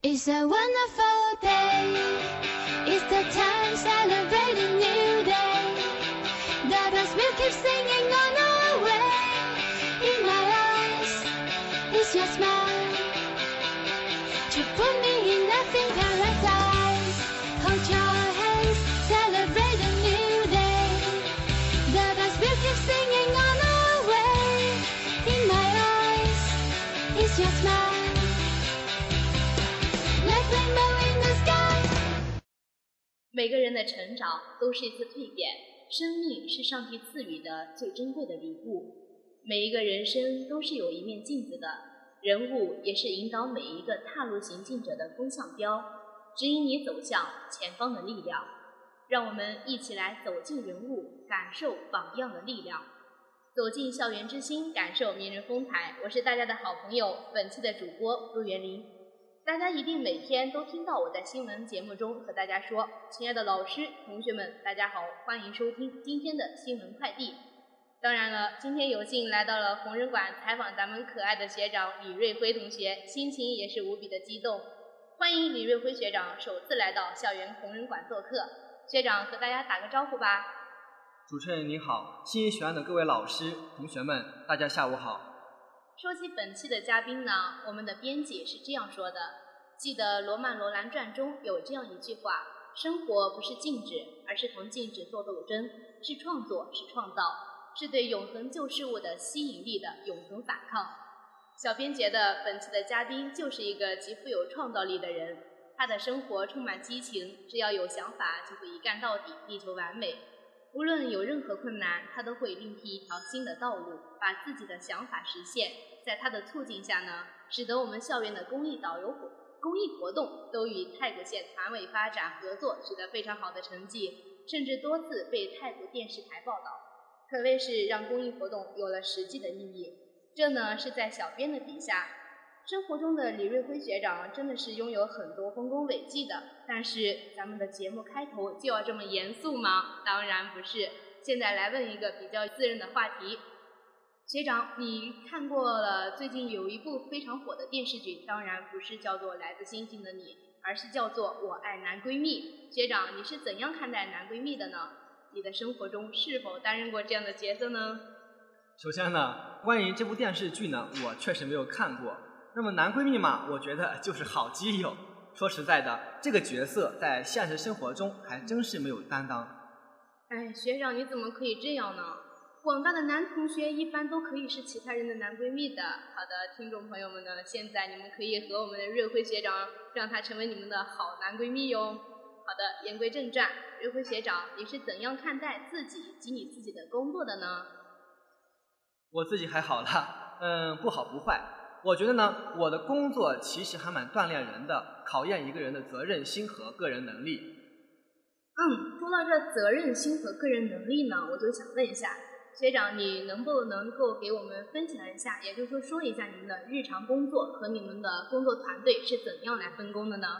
It's a wonderful day. It's the time celebrating new day. The bells will keep singing on our way. In my eyes, it's your smile to put me in nothing paradise. Hold your hands, celebrate a new day. The bells will keep singing on our way. In my eyes, it's your smile.Like rainbow in the sky. 每个人的成长都是一次蜕变，生命是上帝赐予的最珍贵的礼物。每一个人生都是有一面镜子的，人物也是引导每一个踏入行进者的风向标，指引你走向前方的力量。让我们一起来走进人物，感受榜样的力量，走进校园之星，感受名人风采。我是大家的好朋友，本期的主播陆园林。大家一定每天都听到我在新闻节目中和大家说，亲爱的老师、同学们，大家好，欢迎收听今天的新闻快递。当然了，今天有幸来到了红人馆采访咱们可爱的学长李瑞辉同学，心情也是无比的激动。欢迎李瑞辉学长首次来到校园红人馆做客，学长和大家打个招呼吧。 主持人你好，新一学院的各位老师、同学们，大家下午好。 说起本期的嘉宾呢，我们的编辑是这样说的，记得罗曼·罗兰传中有这样一句话，生活不是静止，而是同静止做斗争，是创作，是创造，是对永恒旧事物的吸引力的永恒反抗。小编觉得本期的嘉宾就是一个极富有创造力的人，他的生活充满激情，只要有想法就会一干到底，力求完美。无论有任何困难，他都会另辟一条新的道路，把自己的想法实现。在他的促进下呢，使得我们校园的公益活动都与太谷县团委发展合作，取得非常好的成绩，甚至多次被太谷电视台报道，可谓是让公益活动有了实际的意义。这呢是在小编的笔下。生活中的李瑞辉学长真的是拥有很多丰功伟绩的，但是咱们的节目开头就要这么严肃吗？当然不是。现在来问一个比较私人的话题，学长，你看过了最近有一部非常火的电视剧，当然不是叫做《来自星星的你》，而是叫做《我爱男闺蜜》。学长，你是怎样看待男闺蜜的呢？你的生活中是否担任过这样的角色呢？ 首先呢，关于这部电视剧呢，我确实没有看过。那么男闺蜜嘛，我觉得就是好基友。说实在的，这个角色在现实生活中还真是没有担当。 哎，学长你怎么可以这样呢？广大的男同学一般都可以是其他人的男闺蜜的。好的，听众朋友们呢，现在你们可以和我们的瑞辉学长，让他成为你们的好男闺蜜哟。好的，言归正传，瑞辉学长，你是怎样看待自己及你自己的工作的呢？ 我自己还好啦，不好不坏。我觉得呢，我的工作其实还蛮锻炼人的，考验一个人的责任心和个人能力。 说到这责任心和个人能力呢，我就想问一下学长，你能不能够给我们分享一下，也就是说一下你们的日常工作和你们的工作团队是怎样来分工的呢？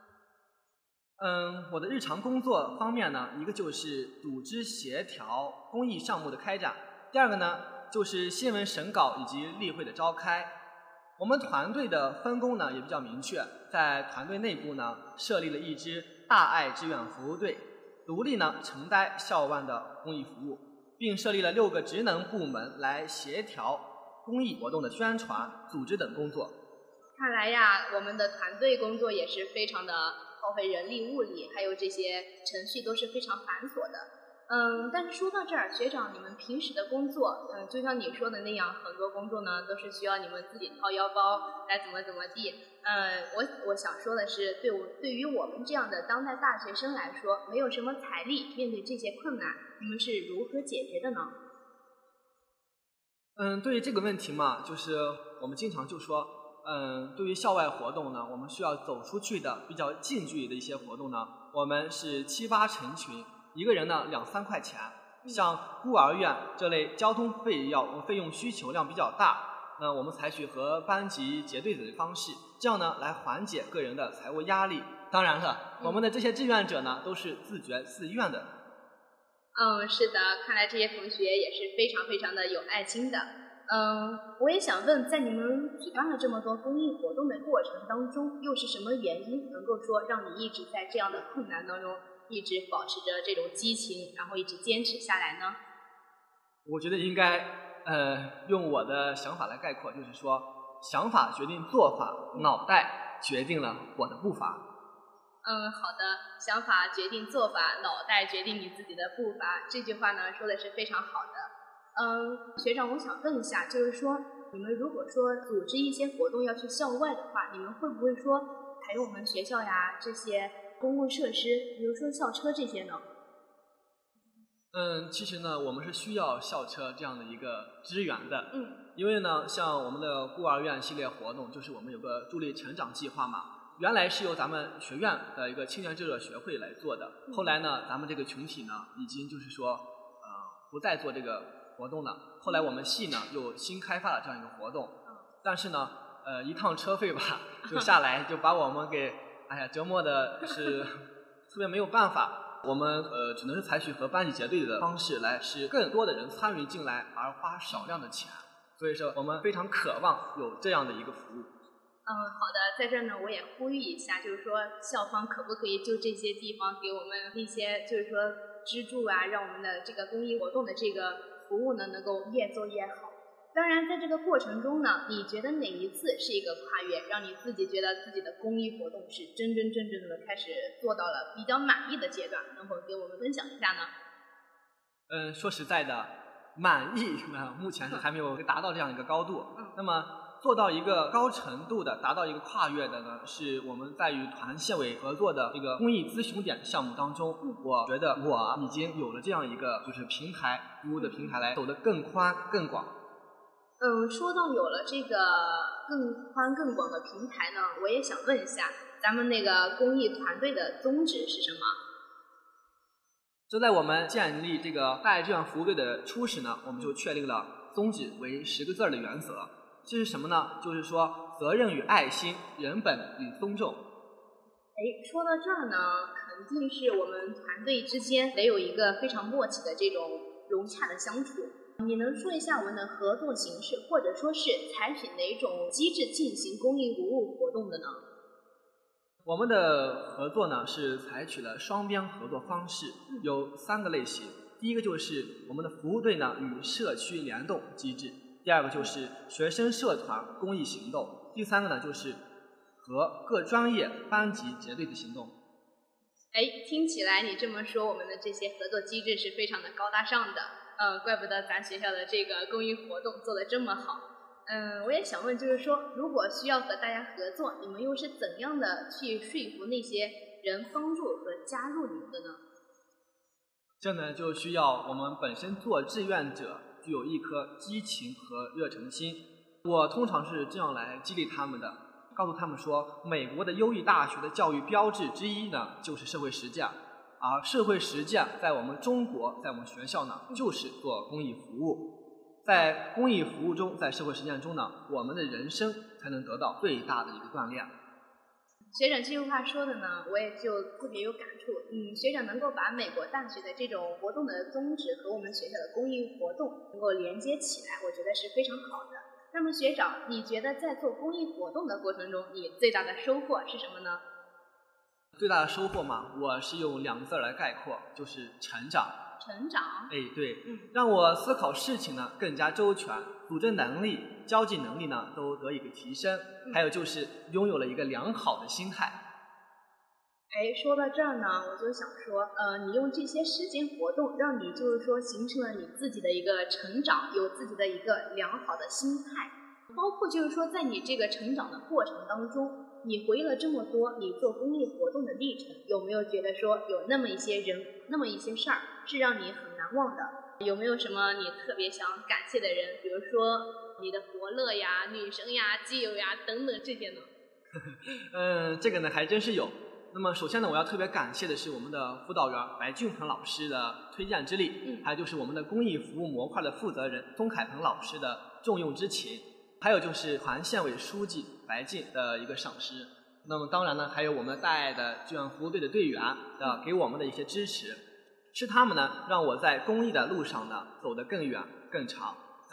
我的日常工作方面呢，一个就是组织协调公益项目的开展，第二个呢就是新闻审稿以及例会的召开。我们团队的分工呢也比较明确，在团队内部呢设立了一支大爱志愿服务队，独立呢承担校外的公益服务，并设立了6个职能部门来协调公益活动的宣传、组织等工作。 看来呀，我们的团队工作也是非常的耗费人力物力，还有这些程序都是非常繁琐的。但是说到这儿，学长，你们平时的工作，就像你说的那样，很多工作呢都是需要你们自己掏腰包来怎么地。我想说的是，对于我们这样的当代大学生来说，没有什么财力，面对这些困难，你们是如何解决的呢？ 对于这个问题嘛，就是我们经常就说，对于校外活动呢，我们需要走出去的比较近距离的一些活动呢，我们是7、8成群，一个人呢2、3块钱。像孤儿院这类交通费用需求量比较大，那我们采取和班级结对子的方式，这样呢来缓解个人的财务压力。当然了，我们的这些志愿者呢都是自觉自愿的。 是的，看来这些同学也是非常非常的有爱心的。 我也想问，在你们举办了这么多公益活动的过程当中，又是什么原因能够说让你一直在这样的困难当中，一直保持着这种激情，然后一直坚持下来呢？ 我觉得应该用我的想法来概括，就是说想法决定做法，脑袋决定了我的步伐。 好的，想法决定做法，脑袋决定你自己的步伐。这句话呢说的是非常好的。学长，我想问一下，就是说你们如果说组织一些活动要去校外的话，你们会不会说采用我们学校呀这些公共设施，比如说校车这些呢？ 其实呢，我们是需要校车这样的一个支援的。因为呢，像我们的孤儿院系列活动，就是我们有个助力成长计划嘛。原来是由咱们学院的一个青年志愿学会来做的，后来呢，咱们这个群体呢，已经就是说，不再做这个活动了。后来我们系呢又新开发了这样一个活动，但是呢，一趟车费吧，就下来就把我们给折磨的是特别没有办法。我们只能是采取和班级结对的方式来使更多的人参与进来，而花少量的钱。所以说，我们非常渴望有这样的一个服务。 好的，在这儿呢，我也呼吁一下，就是说校方可不可以就这些地方给我们一些，就是说资助啊，让我们的这个公益活动的这个服务呢，能够越做越好。当然，在这个过程中呢，你觉得哪一次是一个跨越，让你自己觉得自己的公益活动是真正的开始做到了比较满意的阶段，能否给我们分享一下呢？ 说实在的，满意目前是还没有达到这样一个高度。那么做到一个高程度的，达到一个跨越的呢，是我们在与团县委合作的这个公益咨询点项目当中，我觉得我已经有了这样一个就是平台，服务的平台来走得更宽更广。 说到有了这个更宽更广的平台呢，我也想问一下，咱们那个公益团队的宗旨是什么？ 就在我们建立这个大爱志愿服务队的初始呢，我们就确定了宗旨为10个字的原则。这是什么呢？就是说责任与爱心，人本与尊重。 说到这儿呢，肯定是我们团队之间得有一个非常默契的这种融洽的相处。你能说一下我们的合作形式，或者说是采取哪种机制进行公益服务活动的呢？ 我们的合作呢是采取了双边合作方式，有3个类型。第一个就是我们的服务队呢与社区联动机制，第二个就是学生社团公益行动，第3个呢就是和各专业班级结对的行动。 听起来你这么说，我们的这些合作机制是非常的高大上的。怪不得咱学校的这个公益活动做得这么好。我也想问，就是说，如果需要和大家合作，你们又是怎样的去说服那些人帮助和加入你们的呢？ 这呢就需要我们本身做志愿者具有一颗激情和热诚心。我通常是这样来激励他们的，告诉他们说，美国的优异大学的教育标志之一呢就是社会实践。而社会实践在我们中国，在我们学校呢，就是做公益服务。在公益服务中，在社会实践中呢，我们的人生才能得到最大的一个锻炼。 学长这句话说的呢，我也就特别有感触。学长能够把美国大学的这种活动的宗旨和我们学校的公益活动能够连接起来，我觉得是非常好的。那么学长，你觉得在做公益活动的过程中，你最大的收获是什么呢？ 最大的收获嘛，我是用2个字来概括，就是成长。 成长？ 对，让我思考事情呢更加周全，组织能力、交际能力呢都得以个提升，还有就是拥有了一个良好的心态。 说到这儿呢，我就想说，你用这些实践活动，让你就是说形成了你自己的一个成长，有自己的一个良好的心态，包括就是说在你这个成长的过程当中，你回忆了这么多你做公益活动的历程，有没有觉得说有那么一些人，那么一些事儿是让你很难忘的？有没有什么你特别想感谢的人，比如说你的伯乐呀、女神呀、基友呀等等这些呢？ 这个呢还真是有。那么首先呢，我要特别感谢的是我们的辅导员白俊鹏老师的推荐之力，还有就是我们的公益服务模块的负责人钟凯鹏老师的重用之情，还有就是团县委书记白进的一个赏识。那么当然呢，还有我们大爱的志愿服务队的队员的给我们的一些支持，是他们呢让我在公益的路上呢走得更远更长。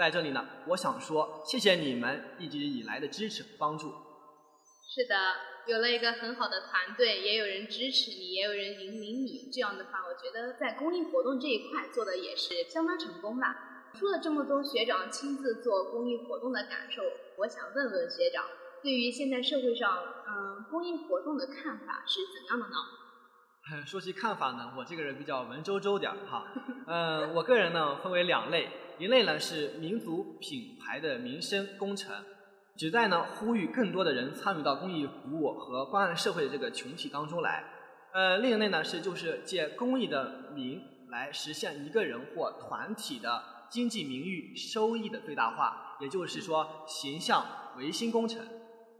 在这里呢，我想说谢谢你们一直以来的支持和帮助。 是的，有了一个很好的团队，也有人支持你，也有人引领你，这样的话，我觉得在公益活动这一块做的也是相当成功吧。说了这么多学长亲自做公益活动的感受，我想问问学长，对于现在社会上公益活动的看法是怎样的呢？ 说起看法呢，我这个人比较文绉绉点哈。我个人呢分为2类，一类呢是民族品牌的民生工程，旨在呢呼吁更多的人参与到公益服务和关爱社会的这个群体当中来。另一类呢就是借公益的名来实现一个人或团体的经济名誉收益的最大化，也就是说形象维新工程。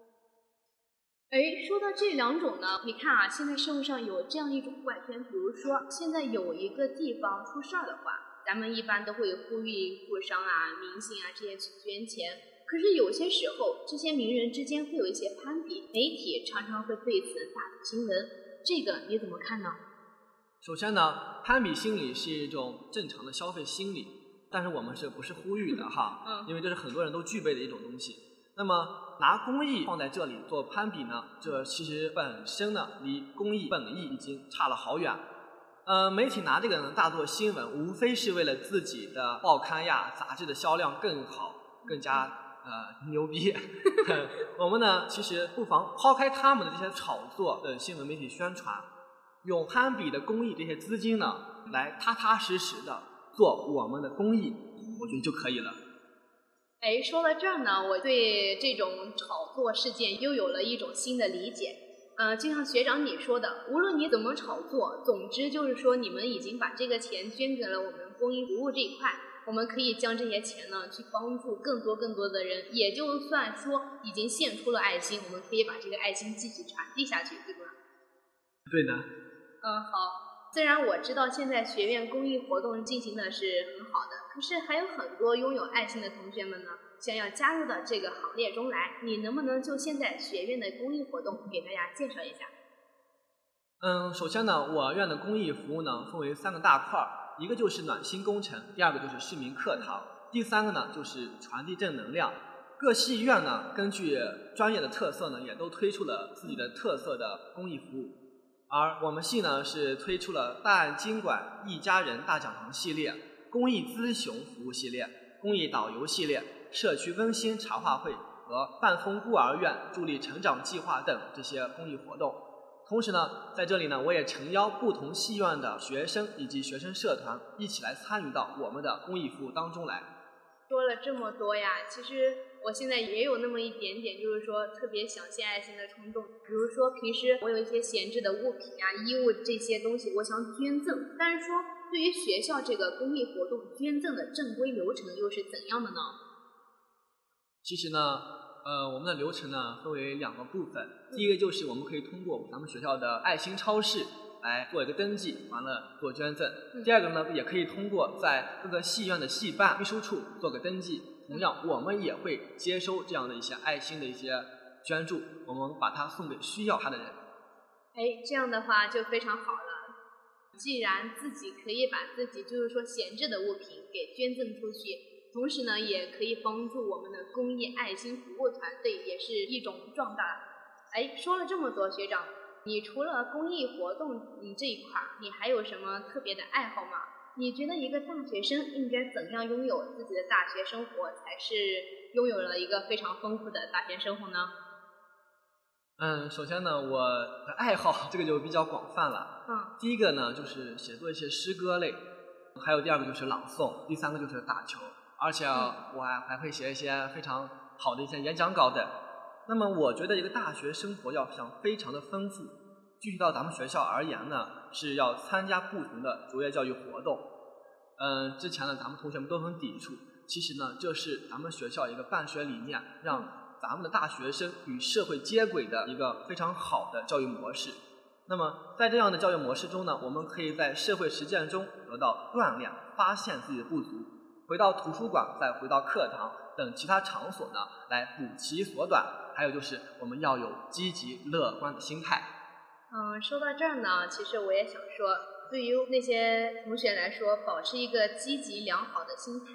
说到这2种呢，你看啊，现在社会上有这样一种怪圈，比如说现在有一个地方出事儿的话，咱们一般都会呼吁富商啊、明星啊这些去捐钱。可是有些时候，这些名人之间会有一些攀比，媒体常常会对此大做新闻，这个你怎么看呢？ 首先呢，攀比心理是一种正常的消费心理，但是我们不是呼吁的哈，因为这是很多人都具备的一种东西。那么拿公益放在这里做攀比呢，这其实本身呢离公益本意已经差了好远。媒体拿这个呢大做新闻，无非是为了自己的报刊呀、杂志的销量更好、更加牛逼。我们呢其实不妨抛开他们的这些炒作的新闻媒体宣传，用攀比的公益这些资金呢来踏踏实实的做我们的公益，我觉得就可以了。 说到这儿呢，我对这种炒作事件又有了一种新的理解。就像学长你说的，无论你怎么炒作，总之就是说你们已经把这个钱捐给了我们公益服务这一块，我们可以将这些钱呢去帮助更多的人，也就算说已经献出了爱心，我们可以把这个爱心继续传递下去，对吧？ 对的。 好。虽然我知道现在学院公益活动进行的是很好的，可是还有很多拥有爱心的同学们呢，想要加入到这个行列中来，你能不能就现在学院的公益活动给大家介绍一下？ 首先呢，我院的公益服务呢分为3个大块，一个就是暖心工程，第2个就是市民课堂，第3个呢就是传递正能量。各系院呢根据专业的特色呢，也都推出了自己的特色的公益服务。而我们系呢是推出了大案经管一家人大讲堂系列、公益咨询服务系列、公益导游系列、社区温馨茶话会和半峰孤儿院助力成长计划等这些公益活动。同时呢，在这里呢，我也诚邀不同系院的学生以及学生社团一起来参与到我们的公益服务当中来。 说了这么多呀，其实我现在也有那么一点点，就是说特别想献爱心的冲动。比如说平时我有一些闲置的物品啊、衣物这些东西，我想捐赠。但是说对于学校这个公益活动捐赠的正规流程又是怎样的呢？ 其实呢，我们的流程呢分为2个部分。第一个就是我们可以通过咱们学校的爱心超市来做一个登记，完了做捐赠。第2个呢，也可以通过在各个系院的系办秘书处做个登记。同样，我们也会接收这样的一些爱心的一些捐助，我们把它送给需要它的人。 这样的话就非常好了。既然自己可以把自己就是说闲置的物品给捐赠出去，同时呢，也可以帮助我们的公益爱心服务团队，也是一种壮大。说了这么多，学长，你除了公益活动这一块，你还有什么特别的爱好吗？你觉得一个大学生应该怎样拥有自己的大学生活，才是拥有了一个非常丰富的大学生活呢？ 首先呢，我的爱好这个就比较广泛了。第一个呢就是写作一些诗歌类，还有第2个就是朗诵，第3个就是打球，而且我还会写一些非常好的一些演讲稿等。那么我觉得一个大学生活要想非常的丰富，具体到咱们学校而言呢，是要参加不同的卓越教育活动。之前呢咱们同学们都很抵触，其实呢这是咱们学校一个办学理念，让咱们的大学生与社会接轨的一个非常好的教育模式。那么在这样的教育模式中呢，我们可以在社会实践中得到锻炼，发现自己的不足，回到图书馆，再回到课堂等其他场所呢来补其所短。还有就是我们要有积极乐观的心态。 说到这儿呢，其实我也想说，对于那些同学来说，保持一个积极良好的心态，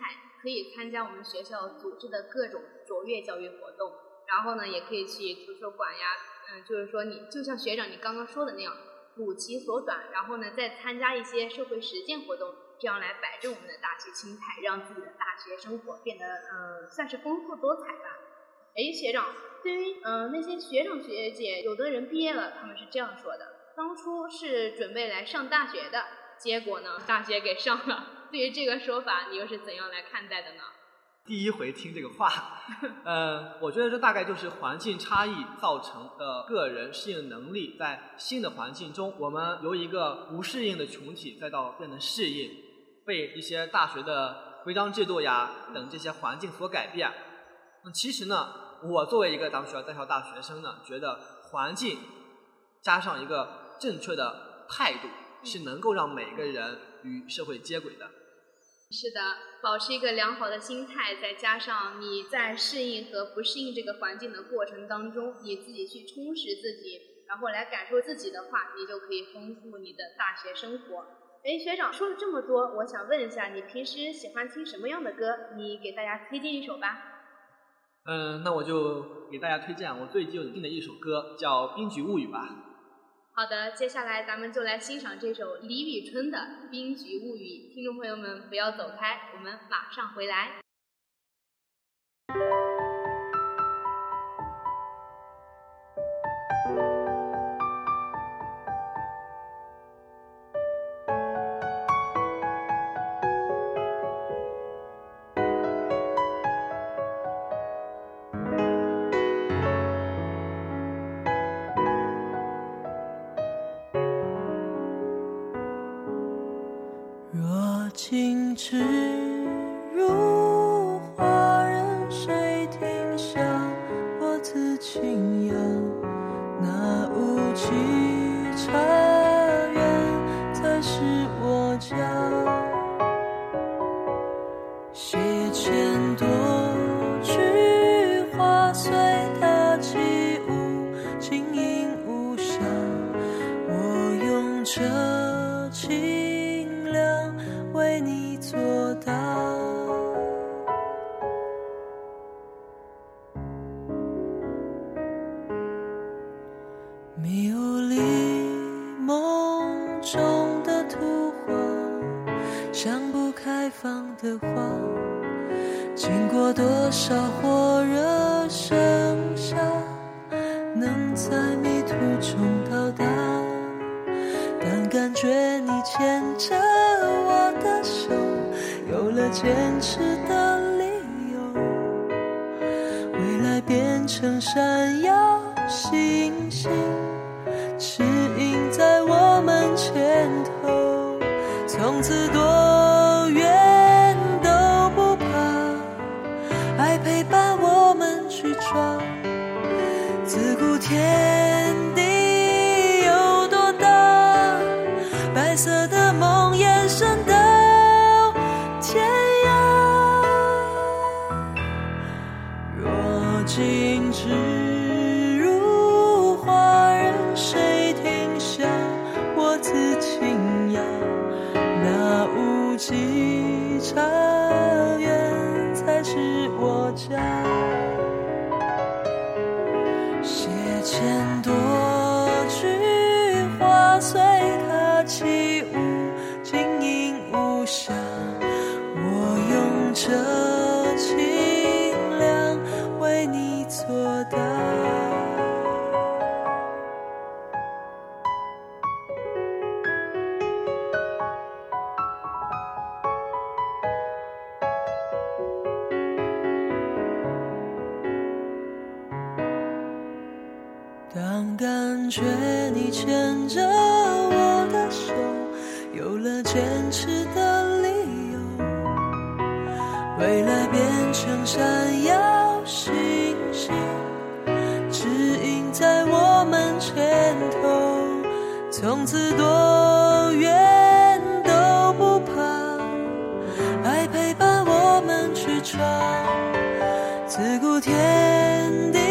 可以参加我们学校组织的各种卓越教育活动，然后呢，也可以去图书馆呀，就是说你就像学长你刚刚说的那样，补其所短，然后呢，再参加一些社会实践活动，这样来摆正我们的大学心态，让自己的大学生活变得算是丰富多彩吧。学长，对于那些学长学姐，有的人毕业了，他们是这样说的：当初是准备来上大学的，结果呢，大学给上了。对于这个说法，你又是怎样来看待的呢？ 第一回听这个话，我觉得这大概就是环境差异造成的个人适应能力，在新的环境中，我们由一个不适应的群体，再到变得适应，被一些大学的规章制度呀等这些环境所改变。其实呢，我作为一个咱们学校在校大学生呢，觉得环境加上一个正确的态度，是能够让每个人与社会接轨的。 是的，保持一个良好的心态，再加上你在适应和不适应这个环境的过程当中，你自己去充实自己，然后来感受自己的话，你就可以丰富你的大学生活。学长说了这么多，我想问一下，你平时喜欢听什么样的歌？你给大家推荐一首吧。 那我就给大家推荐我最近听的一首歌，叫《滨菊物语》吧。 好的，接下来咱们就来欣赏这首李宇春的《滨菊物语》。听众朋友们不要走开，我们马上回来。 若静止如花，任谁停下，我自轻扬。那无际茶园才是我家，斜前多菊花，随它起舞，轻盈无响。我用这清凉为你作答，迷离梦中的图画，像不开放的花，经过多少火热盛夏，能在迷途中到达。但感觉你牵着我的手，有了坚持的理由，未来变成闪耀星星，指引在我们前头，从此多远都不怕，爱陪伴我们去闯，自古天地有多大，白色的梦延伸到天涯。若静止如花，任谁停下，我自轻扬。那无际茶园才是我家，斜前多菊花，随它起舞，晶莹无瑕。我用这清凉为你作答。当感觉你牵着我的手，有了坚持的理由，未来变成闪耀星星，指引在我们前头，从此多远都不怕，爱陪伴我们去闯，自古天地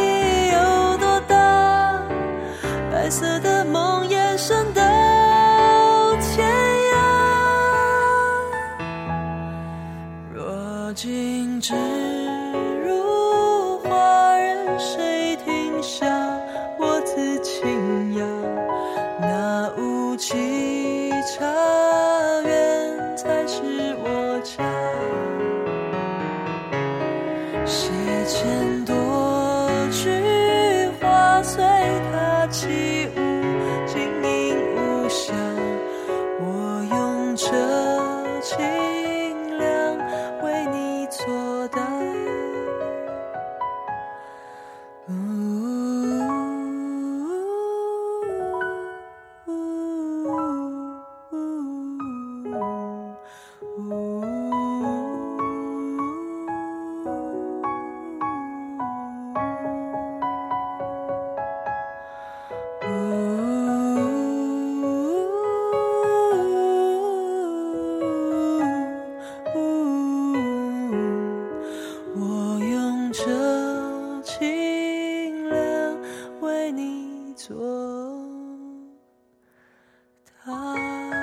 白色的梦延伸到天涯。若竟只如画人，谁停下我自轻扬？那无稽茶园才是我家。写千多句话随它起舞，晶莹无香。我用这清凉为你作答。我用这清凉为你作答。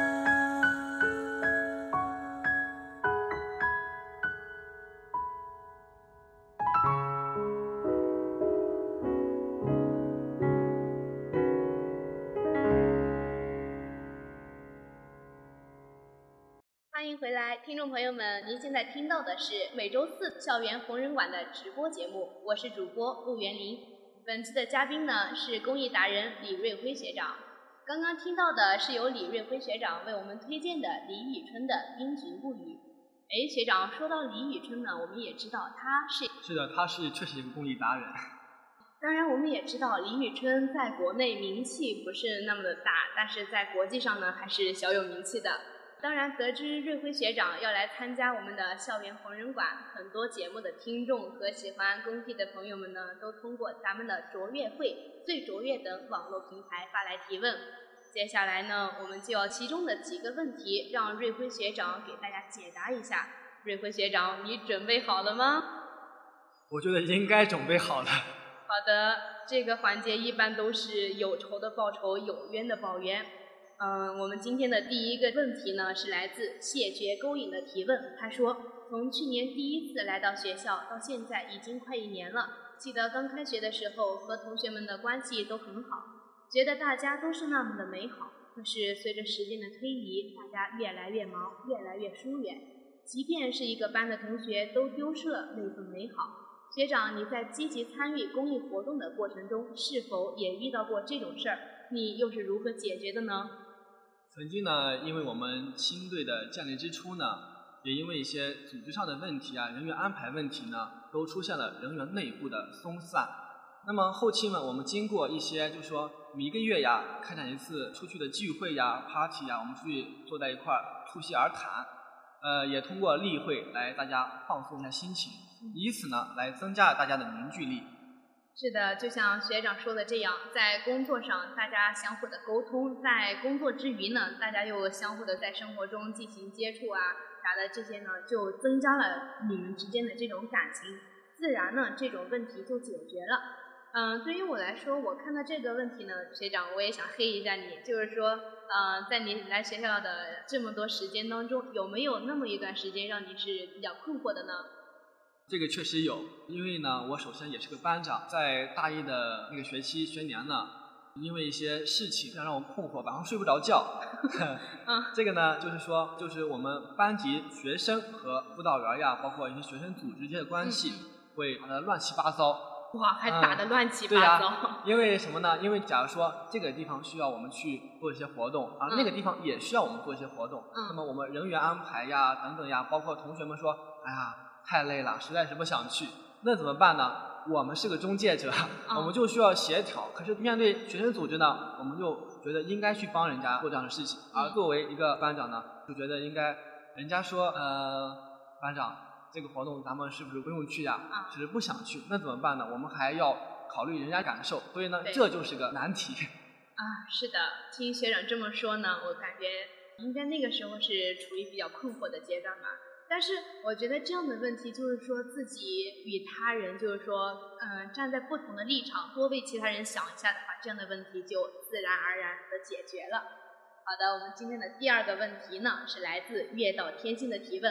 欢迎回来，听众朋友们，您现在听到的是每周四校园红人馆的直播节目，我是主播陆元林。本期的嘉宾呢是公益达人李瑞辉学长。刚刚听到的是由李瑞辉学长为我们推荐的李宇春的《冰菊物语》。学长，说到李宇春呢，我们也知道他是的，他是确实一个公益达人。 当然，我们也知道李宇春在国内名气不是那么的大，但是在国际上呢还是小有名气的。当然，得知瑞辉学长要来参加我们的校园红人馆，很多节目的听众和喜欢公益的朋友们呢，都通过咱们的卓越会、最卓越等网络平台发来提问。接下来呢，我们就要其中的几个问题，让瑞辉学长给大家解答一下。瑞辉学长，你准备好了吗？ 我觉得应该准备好了。 好的，这个环节一般都是有仇的报仇，有冤的报冤。我们今天的第一个问题呢，是来自谢绝勾引的提问。他说，从去年第一次来到学校到现在已经快1年了，记得刚开学的时候和同学们的关系都很好，觉得大家都是那么的美好。可是随着时间的推移，大家越来越忙，越来越疏远，即便是一个班的同学都丢失了那份美好。学长，你在积极参与公益活动的过程中，是否也遇到过这种事儿？你又是如何解决的呢？ 曾经呢，因为我们新队的建立之初呢，也因为一些组织上的问题啊、人员安排问题呢，都出现了人员内部的松散。那么后期呢，我们经过一些就是说每1个月呀，开展一次出去的聚会呀、party 呀，我们出去坐在一块儿促膝而谈，也通过例会来大家放松一下心情，以此呢来增加大家的凝聚力。 是的，就像学长说的这样，在工作上大家相互的沟通，在工作之余呢，大家又相互的在生活中进行接触啊啥的，这些呢就增加了你们之间的这种感情，自然呢这种问题就解决了。对于我来说，我看到这个问题呢，学长我也想黑一下你，就是说，在你来学校的这么多时间当中，有没有那么一段时间让你是比较困惑的呢？ 这个确实有，因为呢，我首先也是个班长，在大一的那个学期学年呢，因为一些事情让我困惑，晚上睡不着觉。这个呢，就是我们班级学生和辅导员呀，包括一些学生组织这些关系，会打得乱七八糟。 哇，还打得乱七八糟。 对呀，因为什么呢？因为假如说这个地方需要我们去做一些活动，那个地方也需要我们做一些活动，那么我们人员安排呀，等等呀，包括同学们说，哎呀，太累了，实在是不想去，那怎么办呢？我们是个中介者，我们就需要协调。可是面对学生组织呢，我们就觉得应该去帮人家做这样的事情。而作为一个班长呢，就觉得应该，人家说，班长，这个活动咱们是不是不用去呀？只是不想去，那怎么办呢？我们还要考虑人家感受，所以呢，这就是个难题。 是的，听学长这么说呢，我感觉应该那个时候是处于比较困惑的阶段吧。但是我觉得这样的问题就是说自己与他人就是说站在不同的立场，多为其他人想一下的话，这样的问题就自然而然的解决了。好的，我们今天的第二个问题呢是来自月到天星的提问。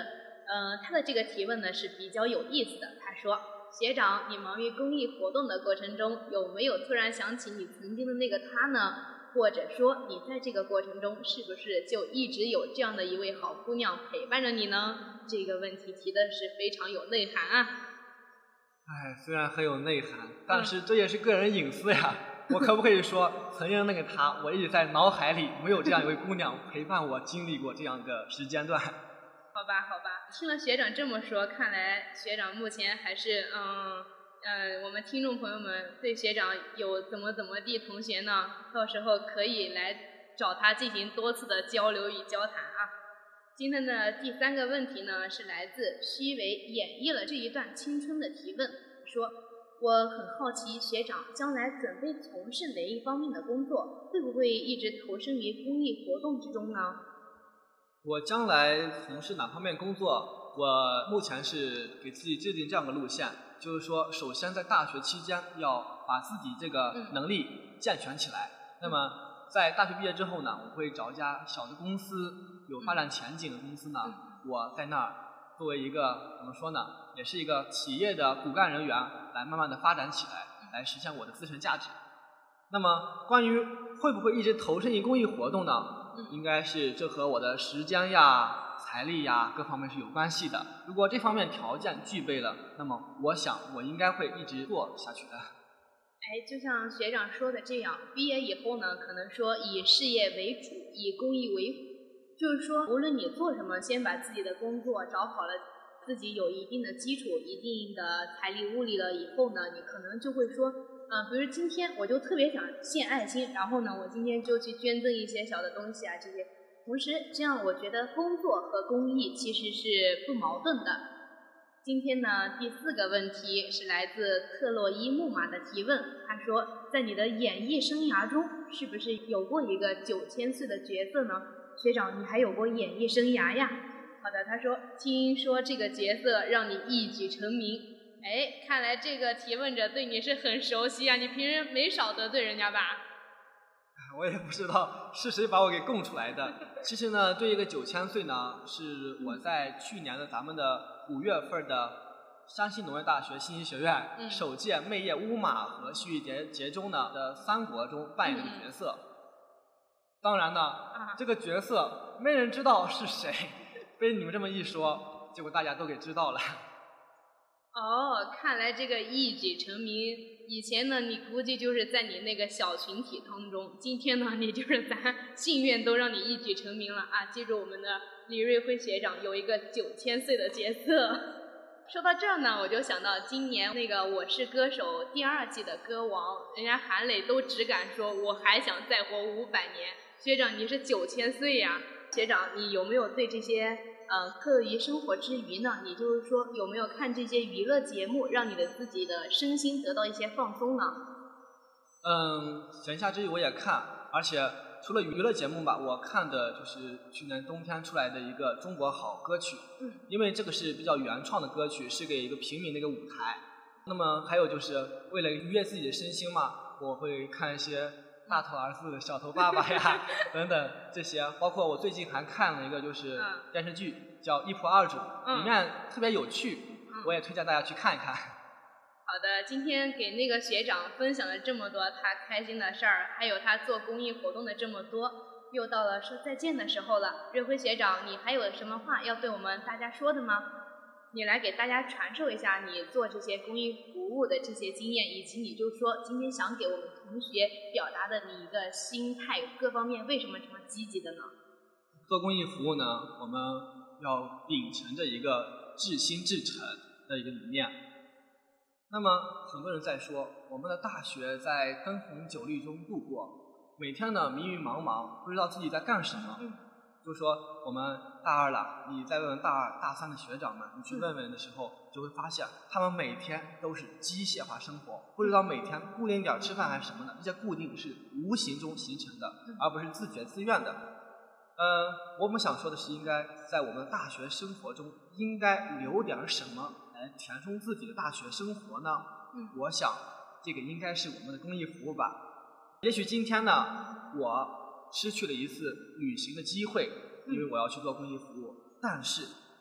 他的这个提问呢是比较有意思的。他说：“学长，你忙于公益活动的过程中，有没有突然想起你曾经的那个他呢？或者说，你在这个过程中是不是就一直有这样的一位好姑娘陪伴着你呢？”这个问题提的是非常有内涵啊。 虽然很有内涵，但是这也是个人隐私呀。我可不可以说，曾经那个他，我一直在脑海里没有这样一位姑娘陪伴我经历过这样的时间段。 好吧，听了学长这么说，看来学长目前还是我们听众朋友们对学长有怎么地同学呢，到时候可以来找他进行多次的交流与交谈啊。今天的第3个问题呢，是来自虚伪演绎了这一段青春的提问，说：我很好奇学长将来准备从事哪一方面的工作，会不会一直投身于公益活动之中呢？ 我将来从事哪方面工作，我目前是给自己制定这样的路线，就是说首先在大学期间要把自己这个能力健全起来，那么在大学毕业之后呢，我会找一家小的公司，有发展前景的公司呢，我在那儿作为一个怎么说呢，也是一个企业的骨干人员，来慢慢的发展起来，来实现我的自身价值。那么关于会不会一直投身于公益活动呢，应该是这和我的时间呀、财力呀各方面是有关系的。如果这方面条件具备了，那么我想我应该会一直做下去的。 就像学长说的这样，毕业以后呢，可能说以事业为主，以公益为辅，就是说无论你做什么，先把自己的工作找好了，自己有一定的基础、一定的财力物力了以后呢，你可能就会说比如今天我就特别想献爱心，然后呢我今天就去捐赠一些小的东西啊，这些同时这样我觉得工作和公益其实是不矛盾的。今天呢第4个问题是来自特洛伊木马的提问，他说：在你的演艺生涯中是不是有过一个9000岁的角色呢？学长，你还有过演艺生涯呀？好的，他说听说这个角色让你一举成名。看来这个提问者对你是很熟悉啊，你平时没少得罪人家吧？ 我也不知道是谁把我给供出来的。其实呢，对一个9000岁呢，是我在去年的咱们的5月份的山西农业大学信息学院首届媚叶乌马和戏剧节中呢的3国中扮演这个角色。当然呢，这个角色没人知道是谁，被你们这么一说，结果大家都给知道了。 看来这个一举成名，以前呢你估计就是在你那个小群体当中，今天呢你就是咱信院都让你一举成名了啊！记住我们的李瑞辉学长有一个9000岁的角色。说到这儿呢，我就想到今年那个《我是歌手》第2季的歌王，人家韩磊都只敢说我还想再活500年。学长你是9000岁呀，学长你有没有对这些课余生活之余呢，你就是说有没有看这些娱乐节目，让你的自己的身心得到一些放松呢？ 闲暇之余我也看，而且除了娱乐节目吧，我看的就是去年冬天出来的一个中国好歌曲，因为这个是比较原创的歌曲，是给一个平民的一个舞台。那么还有就是为了愉悦自己的身心嘛，我会看一些大头儿子、小头爸爸呀等等这些，包括我最近还看了一个就是电视剧叫《一仆二主》，里面特别有趣，我也推荐大家去看一看。 好的，今天给那个学长分享了这么多他开心的事儿，还有他做公益活动的这么多，又到了说再见的时候了。瑞辉学长，你还有什么话要对我们大家说的吗？你来给大家传授一下你做这些公益服务的这些经验，以及你就说今天想给我们同学表达的你一个心态各方面为什么这么积极的呢？ 做公益服务呢，我们要秉承着一个至心至诚的一个理念。那么很多人在说我们的大学在灯红酒绿中度过，每天呢迷迷茫茫，不知道自己在干什么。就说我们大2了，你再问问大2、大3的学长们，你去问问的时候，就会发现他们每天都是机械化生活，不知道每天固定点吃饭还是什么的，这些固定是无形中形成的，而不是自觉自愿的。我们想说的是，应该在我们的大学生活中，应该留点什么来填充自己的大学生活呢？我想这个应该是我们的公益服务吧。也许今天呢，我失去了一次旅行的机会，因为我要去做公益服务，但是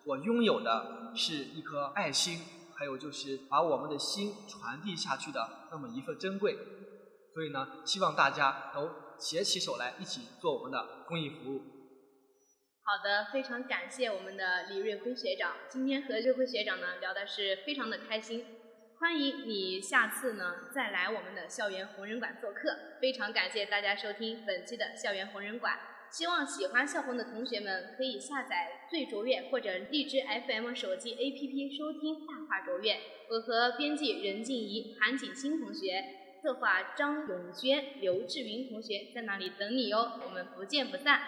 我拥有的是一颗爱心，还有就是把我们的心传递下去的那么一份珍贵。所以呢，希望大家都携起手来，一起做我们的公益服务。 好的，非常感谢我们的李瑞辉学长。今天和瑞辉学长呢聊的是非常的开心，欢迎你下次呢再来我们的校园红人馆做客。非常感谢大家收听本期的校园红人馆，希望喜欢校红的同学们可以下载最卓越或者荔枝 FM 手机 APP 收听大话卓越。我和编辑任静怡、韩景欣同学，策划张永娟、刘志云同学在那里等你哦，我们不见不散。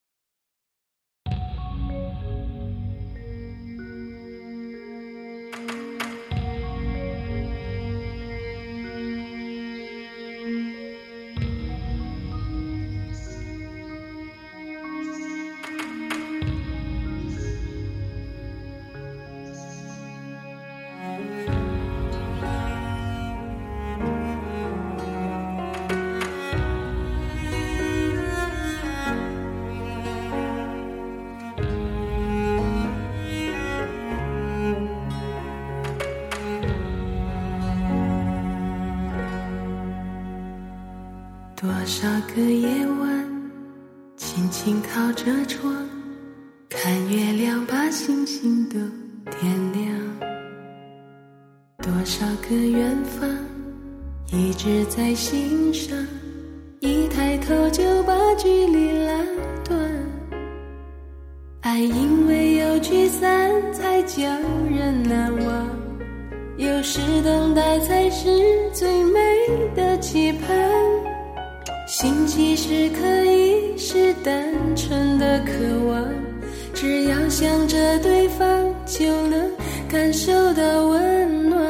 多少个夜晚，轻轻靠着窗，看月亮把星星都点亮。多少个远方，一直在心上，一抬头就把距离拉断。爱因为有聚散，才叫人难忘。有时等待才是最美的期盼。心其实可以是单纯的渴望，只要想着对方，就能感受到温暖。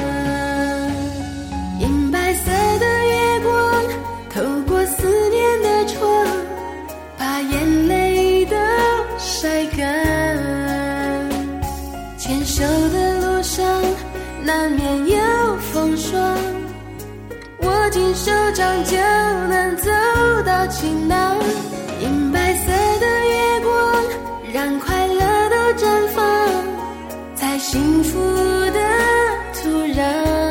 银白色的月光透过思念的窗，把眼泪都晒干。牵手的路上难免有风霜，握紧手掌就能走到晴朗。银白色的月光让快乐都绽放在幸福的土壤。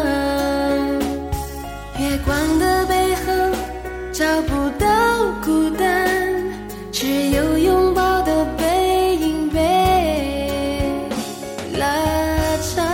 月光的背后找不到孤单，只有拥抱的背影被拉长。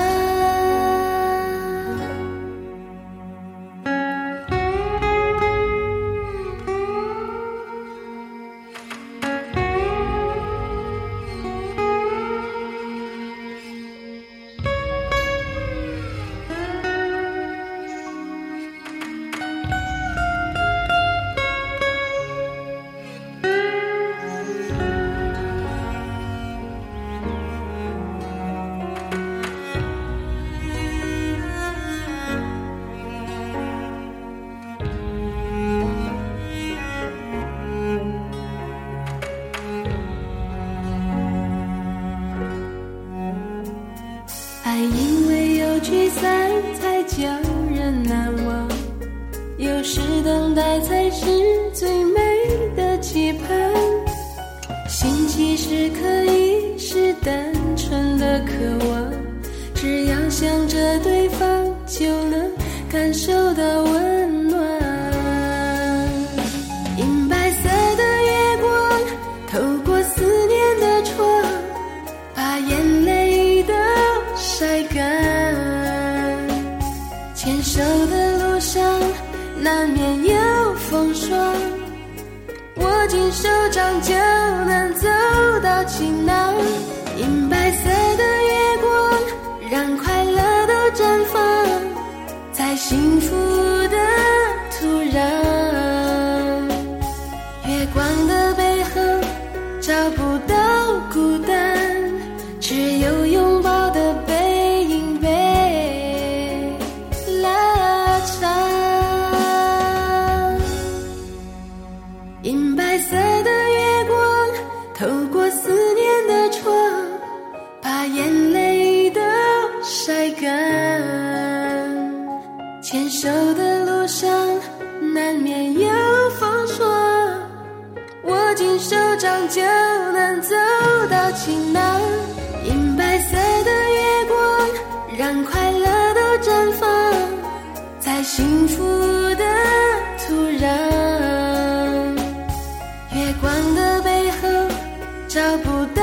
爱因为有聚散，才叫人难忘。有时等待才是最美的期盼。心其实可以是单纯的渴望，只要想着对方，就能感受到温暖。银白色的月光透过思念的窗，把眼泪都晒干。牵手的路上难免有风霜，握紧手掌就能走到晴朗。银白色的月光让快乐都绽放在幸福的土壤。月光的背后找不到孤单，只有拥抱的背影被拉长。银白色的月光透过思念的窗，把眼泪都晒干。牵手的路上难免有风霜，握紧手掌就能走到晴朗。银让快乐都绽放在幸福的土壤。月光的背后找不到